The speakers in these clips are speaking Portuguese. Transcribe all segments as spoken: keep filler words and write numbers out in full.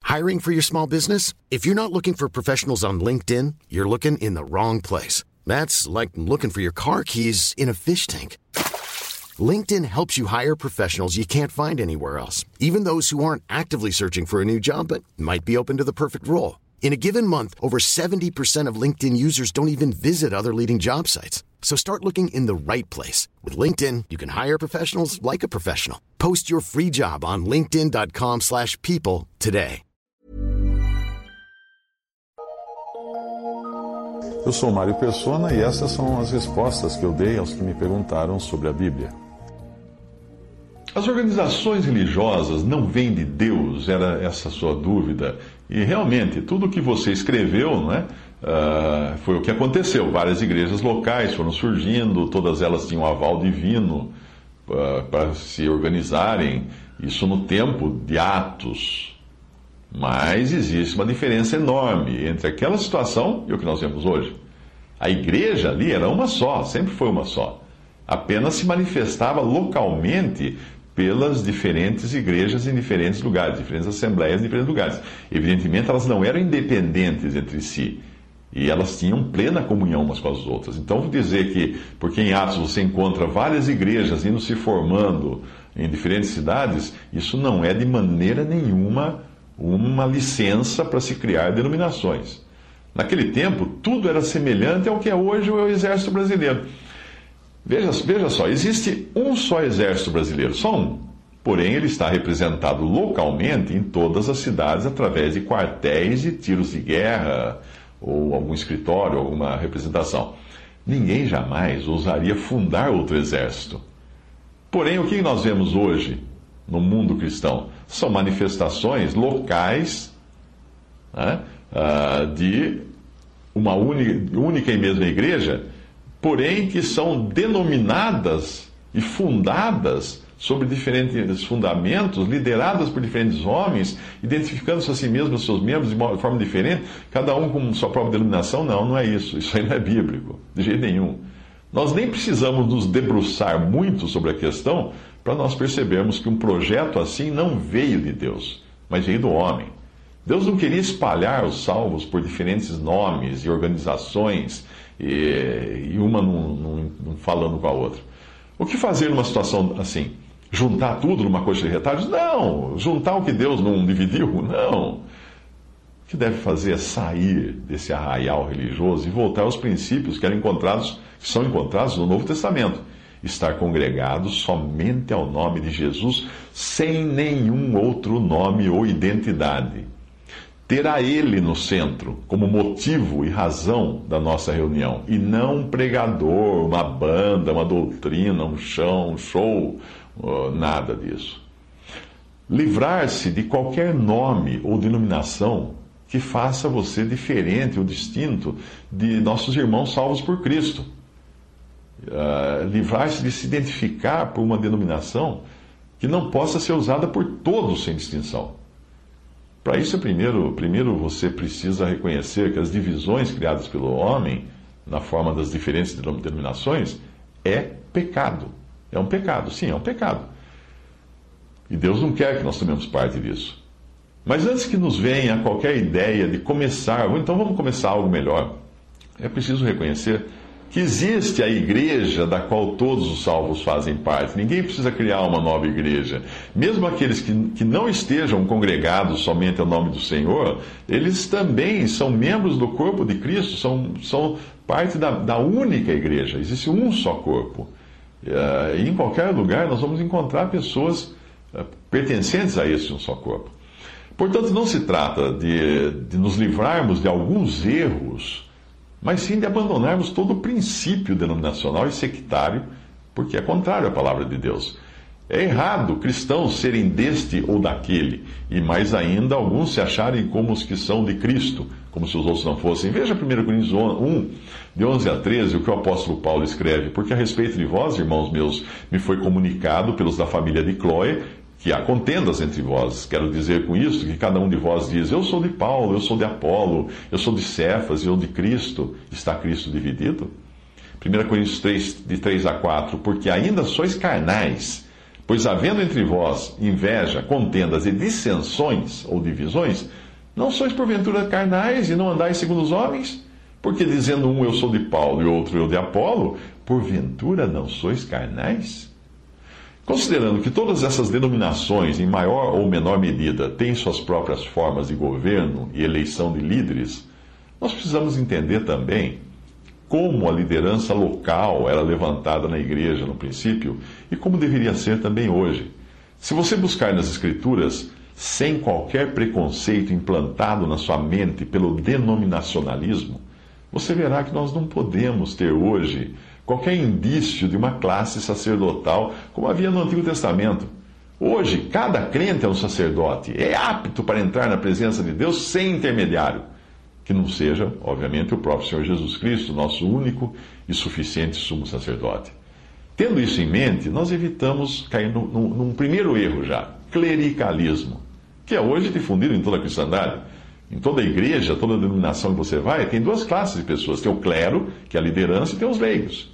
Hiring for your small business? If you're not looking for professionals on LinkedIn, you're looking in the wrong place. That's like looking for your car keys in a fish tank. LinkedIn helps you hire professionals you can't find anywhere else, even those who aren't actively searching for a new job but might be open to the perfect role. In a given month, over seventy percent of LinkedIn users don't even visit other leading job sites. So start looking in the right place. With LinkedIn, you can hire professionals like a professional. Post your free job on linkedin dot com slash people today. Eu sou Mário Persona e essas são as respostas que eu dei aos que me perguntaram sobre a Bíblia. As organizações religiosas não vêm de Deus, era essa a sua dúvida. E realmente, tudo o que você escreveu, não é, uh, foi o que aconteceu. Várias igrejas locais foram surgindo, todas elas tinham aval divino uh, para se organizarem. Isso no tempo de Atos. Mas existe uma diferença enorme entre aquela situação e o que nós vemos hoje. A igreja ali era uma só, sempre foi uma só. Apenas se manifestava localmente pelas diferentes igrejas em diferentes lugares, diferentes assembleias em diferentes lugares. Evidentemente, elas não eram independentes entre si. E elas tinham plena comunhão umas com as outras. Então, dizer que, porque em Atos você encontra várias igrejas indo se formando em diferentes cidades, isso não é de maneira nenhuma uma licença para se criar denominações. Naquele tempo, tudo era semelhante ao que é hoje o exército brasileiro. Veja, veja só, existe um só exército brasileiro, só um. Porém, ele está representado localmente em todas as cidades através de quartéis e tiros de guerra, ou algum escritório, alguma representação. Ninguém jamais ousaria fundar outro exército. Porém, o que nós vemos hoje no mundo cristão? São manifestações locais, né, de uma única, única e mesma igreja, porém que são denominadas e fundadas sobre diferentes fundamentos, lideradas por diferentes homens, identificando-se a si mesmos, seus membros de uma forma diferente, cada um com sua própria denominação. Não, não é isso. Isso aí não é bíblico, de jeito nenhum. Nós nem precisamos nos debruçar muito sobre a questão para nós percebermos que um projeto assim não veio de Deus, mas veio do homem. Deus não queria espalhar os salvos por diferentes nomes e organizações, e, e uma não, não, não falando com a outra. O que fazer numa situação assim? Juntar tudo numa coxa de retalhos? Não! Juntar o que Deus não dividiu? Não! O que deve fazer é sair desse arraial religioso e voltar aos princípios que eram encontrados, que são encontrados no Novo Testamento. Estar congregados somente ao nome de Jesus, sem nenhum outro nome ou identidade. Ter a Ele no centro, como motivo e razão da nossa reunião, e não um pregador, uma banda, uma doutrina, um chão, um show, nada disso. Livrar-se de qualquer nome ou denominação que faça você diferente ou distinto de nossos irmãos salvos por Cristo. Uh, livrar-se de se identificar por uma denominação que não possa ser usada por todos sem distinção. Para isso, primeiro, primeiro você precisa reconhecer que as divisões criadas pelo homem, na forma das diferentes denominações, é pecado. É um pecado, sim, é um pecado. E Deus não quer que nós tomemos parte disso. Mas antes que nos venha qualquer ideia de começar, ou então vamos começar algo melhor, é preciso reconhecer que existe a igreja da qual todos os salvos fazem parte. Ninguém precisa criar uma nova igreja. Mesmo aqueles que, que não estejam congregados somente ao nome do Senhor, eles também são membros do corpo de Cristo, são, são parte da, da única igreja. Existe um só corpo. Uh, e em qualquer lugar nós vamos encontrar pessoas uh, pertencentes a esse um só corpo. Portanto, não se trata de, de nos livrarmos de alguns erros, mas sim de abandonarmos todo o princípio denominacional e sectário, porque é contrário à palavra de Deus. É errado cristãos serem deste ou daquele, e mais ainda alguns se acharem como os que são de Cristo, como se os outros não fossem. Veja primeira Coríntios um, de onze a treze, o que o apóstolo Paulo escreve: porque a respeito de vós, irmãos meus, me foi comunicado pelos da família de Cloé, que há contendas entre vós. Quero dizer com isso que cada um de vós diz: eu sou de Paulo, eu sou de Apolo, eu sou de Cefas, eu de Cristo. Está Cristo dividido? primeira Coríntios três, de três a quatro, porque ainda sois carnais, Pois havendo entre vós inveja, contendas e dissensões ou divisões, não sois porventura carnais e não andais segundo os homens? Porque dizendo um eu sou de Paulo e outro eu de Apolo, porventura não sois carnais? Considerando que todas essas denominações, em maior ou menor medida, têm suas próprias formas de governo e eleição de líderes, nós precisamos entender também como a liderança local era levantada na igreja no princípio e como deveria ser também hoje. Se você buscar nas Escrituras, sem qualquer preconceito implantado na sua mente pelo denominacionalismo, você verá que nós não podemos ter hoje qualquer indício de uma classe sacerdotal como havia no Antigo Testamento. Hoje, cada crente é um sacerdote, é apto para entrar na presença de Deus sem intermediário, que não seja, obviamente, o próprio Senhor Jesus Cristo, nosso único e suficiente sumo sacerdote. Tendo isso em mente, nós evitamos cair no, no, num primeiro erro já, clericalismo, que é hoje difundido em toda a cristandade. Em toda a igreja, toda a denominação que você vai, tem duas classes de pessoas. Tem o clero, que é a liderança, e tem os leigos.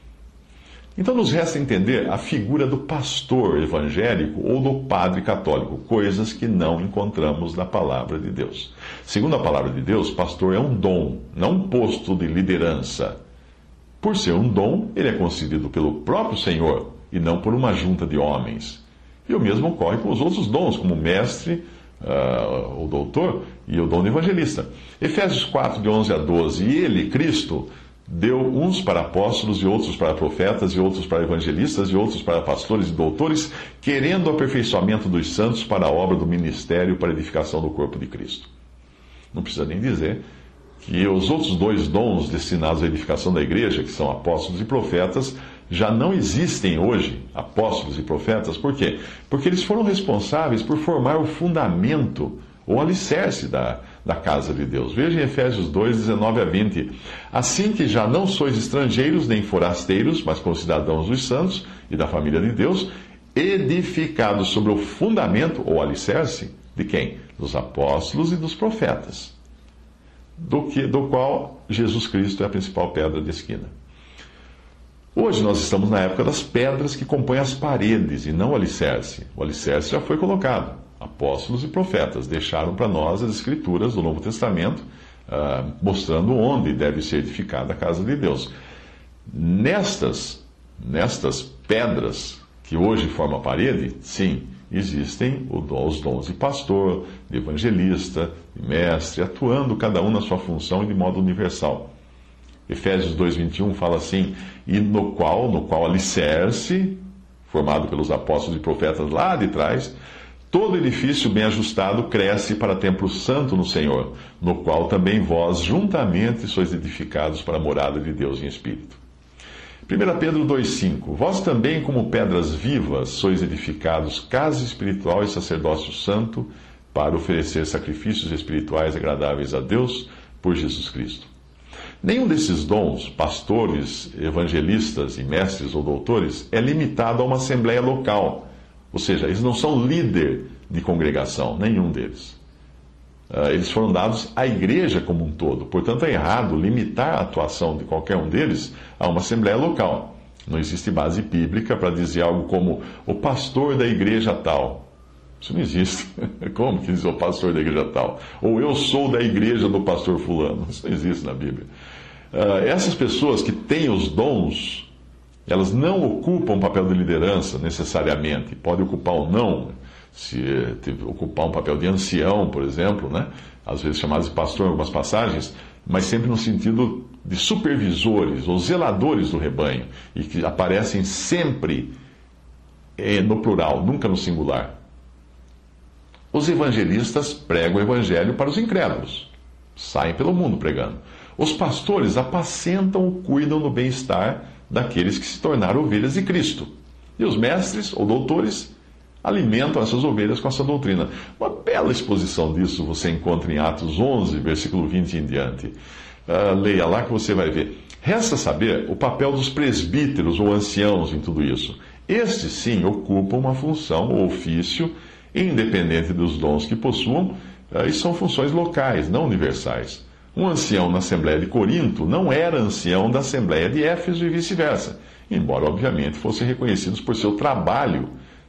Então nos resta entender a figura do pastor evangélico ou do padre católico, coisas que não encontramos na palavra de Deus. Segundo a palavra de Deus, pastor é um dom, não um posto de liderança. Por ser um dom, ele é concedido pelo próprio Senhor e não por uma junta de homens. E o mesmo ocorre com os outros dons, como mestre, Uh, o doutor e o dom de evangelista. Efésios quatro, de onze a doze. E ele, Cristo, deu uns para apóstolos, e outros para profetas, e outros para evangelistas, e outros para pastores e doutores, querendo o aperfeiçoamento dos santos para a obra do ministério, para a edificação do corpo de Cristo. Não precisa nem dizer que os outros dois dons destinados à edificação da igreja, que são apóstolos e profetas, já não existem hoje, apóstolos e profetas. Por quê? Porque eles foram responsáveis por formar o fundamento, ou alicerce da, da casa de Deus. Veja em Efésios dois, dezenove a vinte. Assim que já não sois estrangeiros nem forasteiros, mas concidadãos dos santos e da família de Deus, edificados sobre o fundamento, ou alicerce, de quem? Dos apóstolos e dos profetas, do, que, do qual Jesus Cristo é a principal pedra de esquina. Hoje nós estamos na época das pedras que compõem as paredes e não o alicerce. O alicerce já foi colocado. Apóstolos e profetas deixaram para nós as escrituras do Novo Testamento, uh, mostrando onde deve ser edificada a casa de Deus. Nestas, nestas pedras que hoje formam a parede, sim, existem os dons de pastor, de evangelista, de mestre, atuando cada um na sua função e de modo universal. Efésios dois, vinte e um fala assim: e no qual, no qual alicerce, formado pelos apóstolos e profetas lá de trás, todo edifício bem ajustado cresce para templo santo no Senhor, no qual também vós juntamente sois edificados para a morada de Deus em Espírito. primeira Pedro dois, cinco. Vós também, como pedras vivas, sois edificados casa espiritual e sacerdócio santo, para oferecer sacrifícios espirituais agradáveis a Deus por Jesus Cristo. Nenhum desses dons, pastores, evangelistas e mestres ou doutores, é limitado a uma assembleia local. Ou seja, eles não são líder de congregação, nenhum deles. Eles foram dados à igreja como um todo. Portanto, é errado limitar a atuação de qualquer um deles a uma assembleia local. Não existe base bíblica para dizer algo como o pastor da igreja tal. Isso não existe. Como que diz o pastor da igreja tal? Ou eu sou da igreja do pastor fulano. Isso não existe na Bíblia. Uh, essas pessoas que têm os dons, elas não ocupam um papel de liderança necessariamente. Pode ocupar ou não, se ocupar um papel de ancião, por exemplo, né? Às vezes chamados de pastor em algumas passagens, mas sempre no sentido de supervisores ou zeladores do rebanho, e que aparecem sempre eh, no plural, nunca no singular. Os evangelistas pregam o evangelho para os incrédulos. Saem pelo mundo pregando. Os pastores apacentam ou cuidam do bem-estar daqueles que se tornaram ovelhas de Cristo. E os mestres ou doutores alimentam essas ovelhas com essa doutrina. Uma bela exposição disso você encontra em Atos onze, versículo vinte em diante. Uh, leia lá que você vai ver. Resta saber o papel dos presbíteros ou anciãos em tudo isso. Estes, sim, ocupam uma função ou ofício independente dos dons que possuam, e são funções locais, não universais. Um ancião na Assembleia de Corinto não era ancião da Assembleia de Éfeso e vice-versa, embora, obviamente, fossem reconhecidos por seu trabalho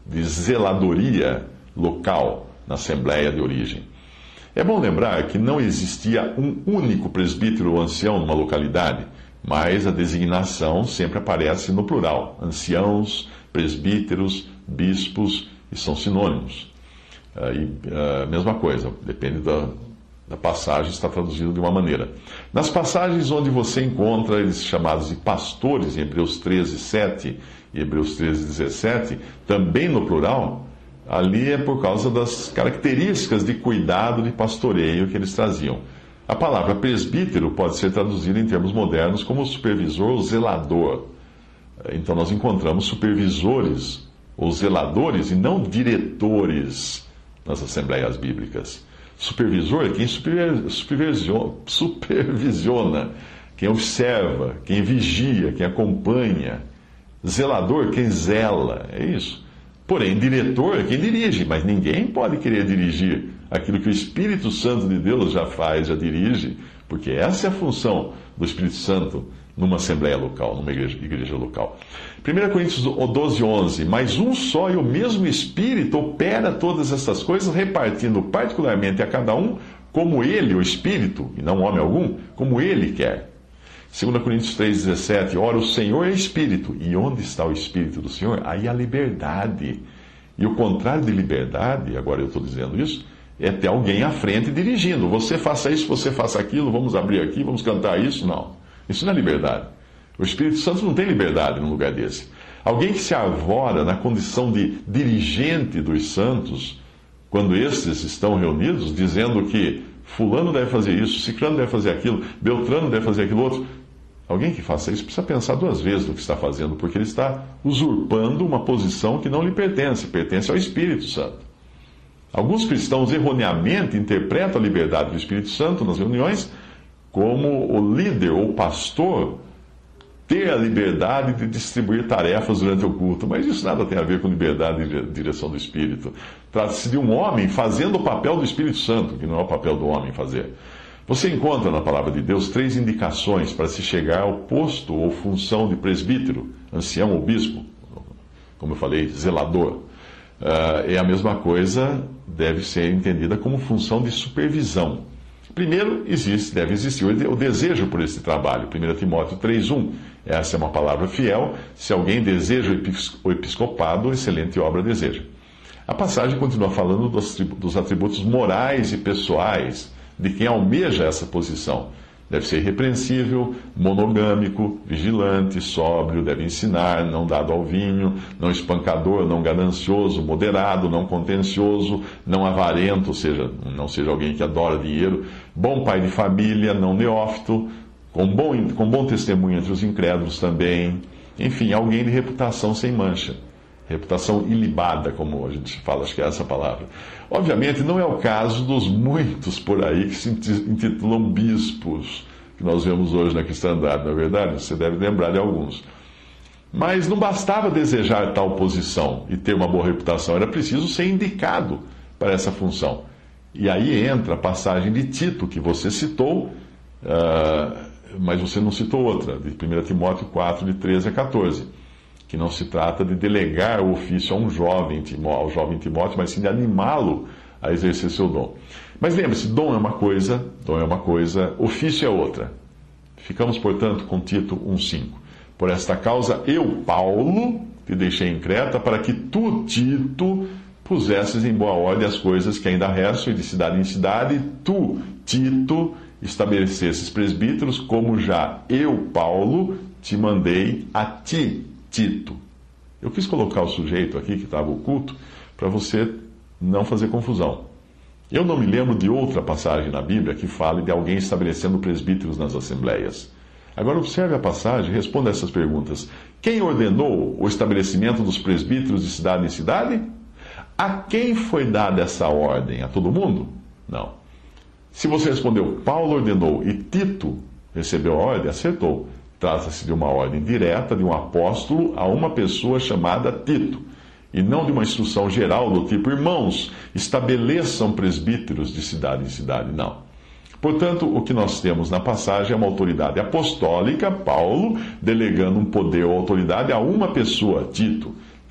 de zeladoria local na Assembleia de origem. É bom lembrar que não existia um único presbítero ou ancião numa localidade, mas a designação sempre aparece no plural: anciãos, presbíteros, bispos, e são sinônimos. Uh, e, uh, mesma coisa, depende da, da passagem, está traduzido de uma maneira. Nas passagens onde você encontra eles chamados de pastores, em Hebreus treze, sete e Hebreus treze, dezessete, também no plural, ali é por causa das características de cuidado, de pastoreio que eles traziam. A palavra presbítero pode ser traduzida em termos modernos como supervisor ou zelador. Então nós encontramos supervisores ou zeladores e não diretores nas assembleias bíblicas. Supervisor é quem supervisiona, supervisiona, quem observa, quem vigia, quem acompanha. Zelador, quem zela, é isso. Porém, diretor é quem dirige, mas ninguém pode querer dirigir aquilo que o Espírito Santo de Deus já faz, já dirige, porque essa é a função do Espírito Santo numa assembleia local, numa igreja, igreja local. primeira Coríntios doze, onze. Mas um só e o mesmo Espírito opera todas essas coisas, repartindo particularmente a cada um como ele, o Espírito, e não homem algum, como ele quer. segunda Coríntios três, dezessete. Ora, o Senhor é Espírito, e onde está o Espírito do Senhor? Aí a liberdade. E o contrário de liberdade, agora eu estou dizendo isso, é ter alguém à frente dirigindo. Você faça isso, você faça aquilo, vamos abrir aqui, vamos cantar isso. Não. Isso não é liberdade. O Espírito Santo não tem liberdade num lugar desse. Alguém que se arvora na condição de dirigente dos santos, quando estes estão reunidos, dizendo que fulano deve fazer isso, ciclano deve fazer aquilo, beltrano deve fazer aquilo outro. Alguém que faça isso precisa pensar duas vezes no que está fazendo, porque ele está usurpando uma posição que não lhe pertence, pertence ao Espírito Santo. Alguns cristãos erroneamente interpretam a liberdade do Espírito Santo nas reuniões como o líder ou pastor ter a liberdade de distribuir tarefas durante o culto. Mas isso nada tem a ver com liberdade de direção do Espírito. Trata-se de um homem fazendo o papel do Espírito Santo, que não é o papel do homem fazer. Você encontra na Palavra de Deus três indicações para se chegar ao posto ou função de presbítero, ancião ou bispo. Como eu falei, zelador. Uh, é a mesma coisa, deve ser entendida como função de supervisão. Primeiro, existe, deve existir o desejo por esse trabalho. primeira Timóteo três, um. Essa é uma palavra fiel. Se alguém deseja o episcopado, excelente obra deseja. A passagem continua falando dos atributos morais e pessoais de quem almeja essa posição. Deve ser irrepreensível, monogâmico, vigilante, sóbrio, deve ensinar, não dado ao vinho, não espancador, não ganancioso, moderado, não contencioso, não avarento, ou seja, não seja alguém que adora dinheiro, bom pai de família, não neófito, com bom, com bom testemunho entre os incrédulos também, enfim, alguém de reputação sem mancha. Reputação ilibada, como a gente fala, acho que é essa palavra. Obviamente, não é o caso dos muitos por aí que se intitulam bispos, que nós vemos hoje na cristandade, não é verdade? Você deve lembrar de alguns. Mas não bastava desejar tal posição e ter uma boa reputação, era preciso ser indicado para essa função. E aí entra a passagem de Tito, que você citou, uh, mas você não citou outra, de primeira Timóteo quatro, de treze a catorze. Que não se trata de delegar o ofício a um jovem, ao jovem Timóteo, mas sim de animá-lo a exercer seu dom. Mas lembre-se, dom é uma coisa, dom é uma coisa, ofício é outra. Ficamos, portanto, com Tito um, cinco. Por esta causa, eu, Paulo, te deixei em Creta, para que tu, Tito, pusesses em boa ordem as coisas que ainda restam, e de cidade em cidade, tu, Tito, estabelecesses presbíteros, como já eu, Paulo, te mandei a ti, Tito. Eu quis colocar o sujeito aqui que estava oculto para você não fazer confusão. Eu não me lembro de outra passagem na Bíblia que fale de alguém estabelecendo presbíteros nas assembleias. Agora observe a passagem e responda essas perguntas. Quem ordenou o estabelecimento dos presbíteros de cidade em cidade? A quem foi dada essa ordem? A todo mundo? Não. Se você respondeu, Paulo ordenou e Tito recebeu a ordem, acertou. Trata-se de uma ordem direta de um apóstolo a uma pessoa chamada Tito, e não de uma instrução geral do tipo, irmãos, estabeleçam presbíteros de cidade em cidade, não. Portanto, o que nós temos na passagem é uma autoridade apostólica, Paulo, delegando um poder ou autoridade a uma pessoa, Tito,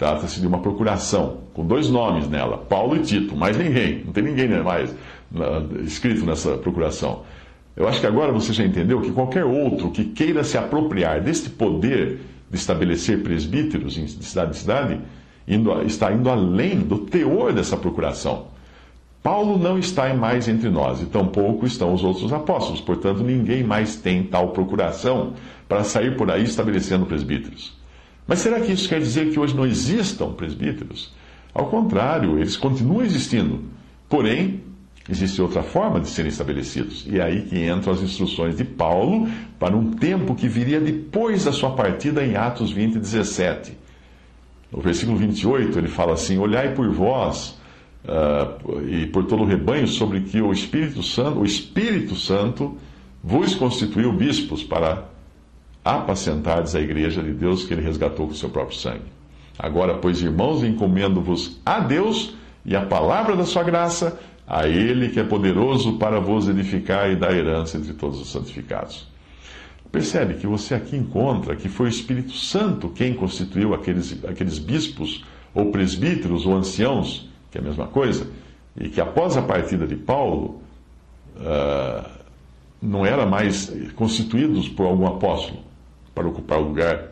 Trata-se de uma procuração, com dois nomes nela, Paulo e Tito, mais ninguém, não tem ninguém mais escrito nessa procuração. Eu acho que agora você já entendeu que qualquer outro que queira se apropriar deste poder de estabelecer presbíteros em cidade em cidade, indo, está indo além do teor dessa procuração. Paulo não está mais entre nós, e tampouco estão os outros apóstolos, portanto ninguém mais tem tal procuração para sair por aí estabelecendo presbíteros. Mas será que isso quer dizer que hoje não existam presbíteros? Ao contrário, eles continuam existindo. Porém, existe outra forma de serem estabelecidos. E é aí que entram as instruções de Paulo para um tempo que viria depois da sua partida em Atos vinte, dezessete. No versículo vinte e oito, ele fala assim: olhai por vós uh, e por todo o rebanho sobre que o Espírito Santo, o Espírito Santo vos constituiu bispos para apacentardes a igreja de Deus que ele resgatou com o seu próprio sangue. Agora, pois, irmãos, encomendo-vos a Deus e a palavra da sua graça, a Ele que é poderoso para vos edificar e dar herança entre todos os santificados. Percebe que você aqui encontra que foi o Espírito Santo quem constituiu aqueles, aqueles bispos, ou presbíteros, ou anciãos, que é a mesma coisa, e que após a partida de Paulo, uh, não eram mais constituídos por algum apóstolo para ocupar o lugar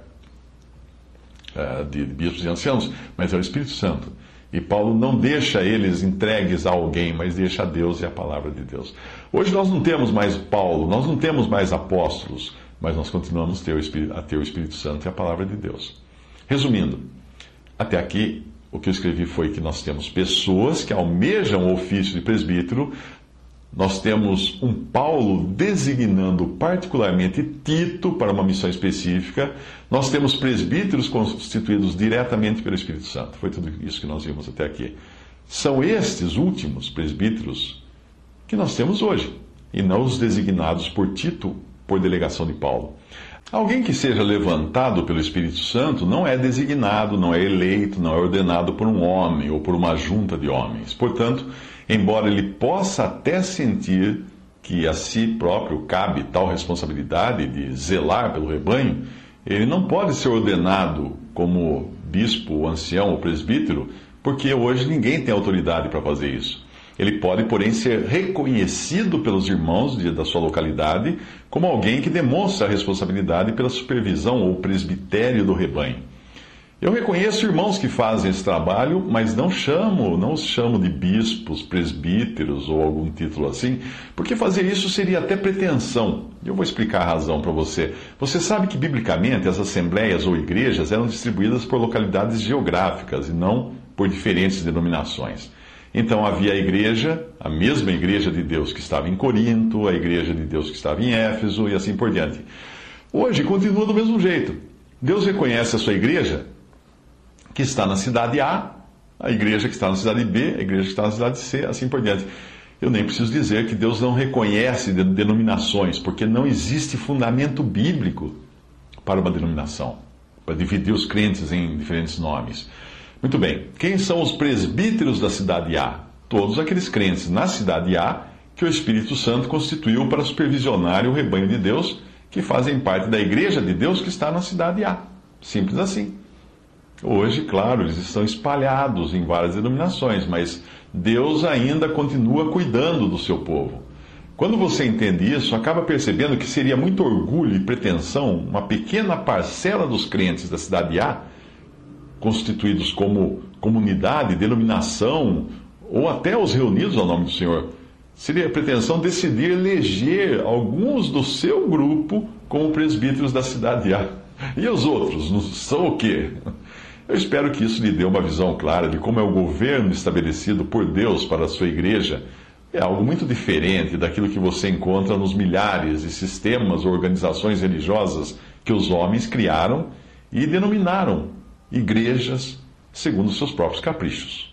uh, de bispos e anciãos, mas é o Espírito Santo. E Paulo não deixa eles entregues a alguém, mas deixa a Deus e a palavra de Deus. Hoje nós não temos mais Paulo, nós não temos mais apóstolos, mas nós continuamos a ter o Espírito, a ter o Espírito Santo e a palavra de Deus. Resumindo, até aqui o que eu escrevi foi que nós temos pessoas que almejam o ofício de presbítero. Nós temos um Paulo designando particularmente Tito para uma missão específica. Nós temos presbíteros constituídos diretamente pelo Espírito Santo. Foi tudo isso que nós vimos até aqui. São estes últimos presbíteros que nós temos hoje, e não os designados por Tito por delegação de Paulo. Alguém que seja levantado pelo Espírito Santo não é designado, não é eleito, não é ordenado por um homem ou por uma junta de homens. Portanto, embora ele possa até sentir que a si próprio cabe tal responsabilidade de zelar pelo rebanho, ele não pode ser ordenado como bispo, ancião ou presbítero, porque hoje ninguém tem autoridade para fazer isso. Ele pode, porém, ser reconhecido pelos irmãos de, da sua localidade como alguém que demonstra a responsabilidade pela supervisão ou presbitério do rebanho. Eu reconheço irmãos que fazem esse trabalho, mas não chamo, não os chamo de bispos, presbíteros ou algum título assim, porque fazer isso seria até pretensão. Eu vou explicar a razão para você. Você sabe que, biblicamente, as assembleias ou igrejas eram distribuídas por localidades geográficas e não por diferentes denominações. Então havia a igreja, a mesma igreja de Deus que estava em Corinto, a igreja de Deus que estava em Éfeso e assim por diante. Hoje continua do mesmo jeito. Deus reconhece a sua igreja que está na cidade A, a igreja que está na cidade B, a igreja que está na cidade C, assim por diante. Eu nem preciso dizer que Deus não reconhece denominações, porque não existe fundamento bíblico para uma denominação, para dividir os crentes em diferentes nomes. Muito bem, quem são os presbíteros da cidade A? Todos aqueles crentes na cidade A que o Espírito Santo constituiu para supervisionar o rebanho de Deus, que fazem parte da igreja de Deus que está na cidade A. Simples assim. Hoje, claro, eles estão espalhados em várias denominações, mas Deus ainda continua cuidando do seu povo. Quando você entende isso, acaba percebendo que seria muito orgulho e pretensão uma pequena parcela dos crentes da cidade A, constituídos como comunidade, denominação, ou até os reunidos ao nome do Senhor, seria a pretensão decidir eleger alguns do seu grupo como presbíteros da cidade A. E os outros, não são o quê? Eu espero que isso lhe dê uma visão clara de como é o governo estabelecido por Deus para a sua igreja. É algo muito diferente daquilo que você encontra nos milhares de sistemas ou organizações religiosas que os homens criaram e denominaram igrejas segundo seus próprios caprichos.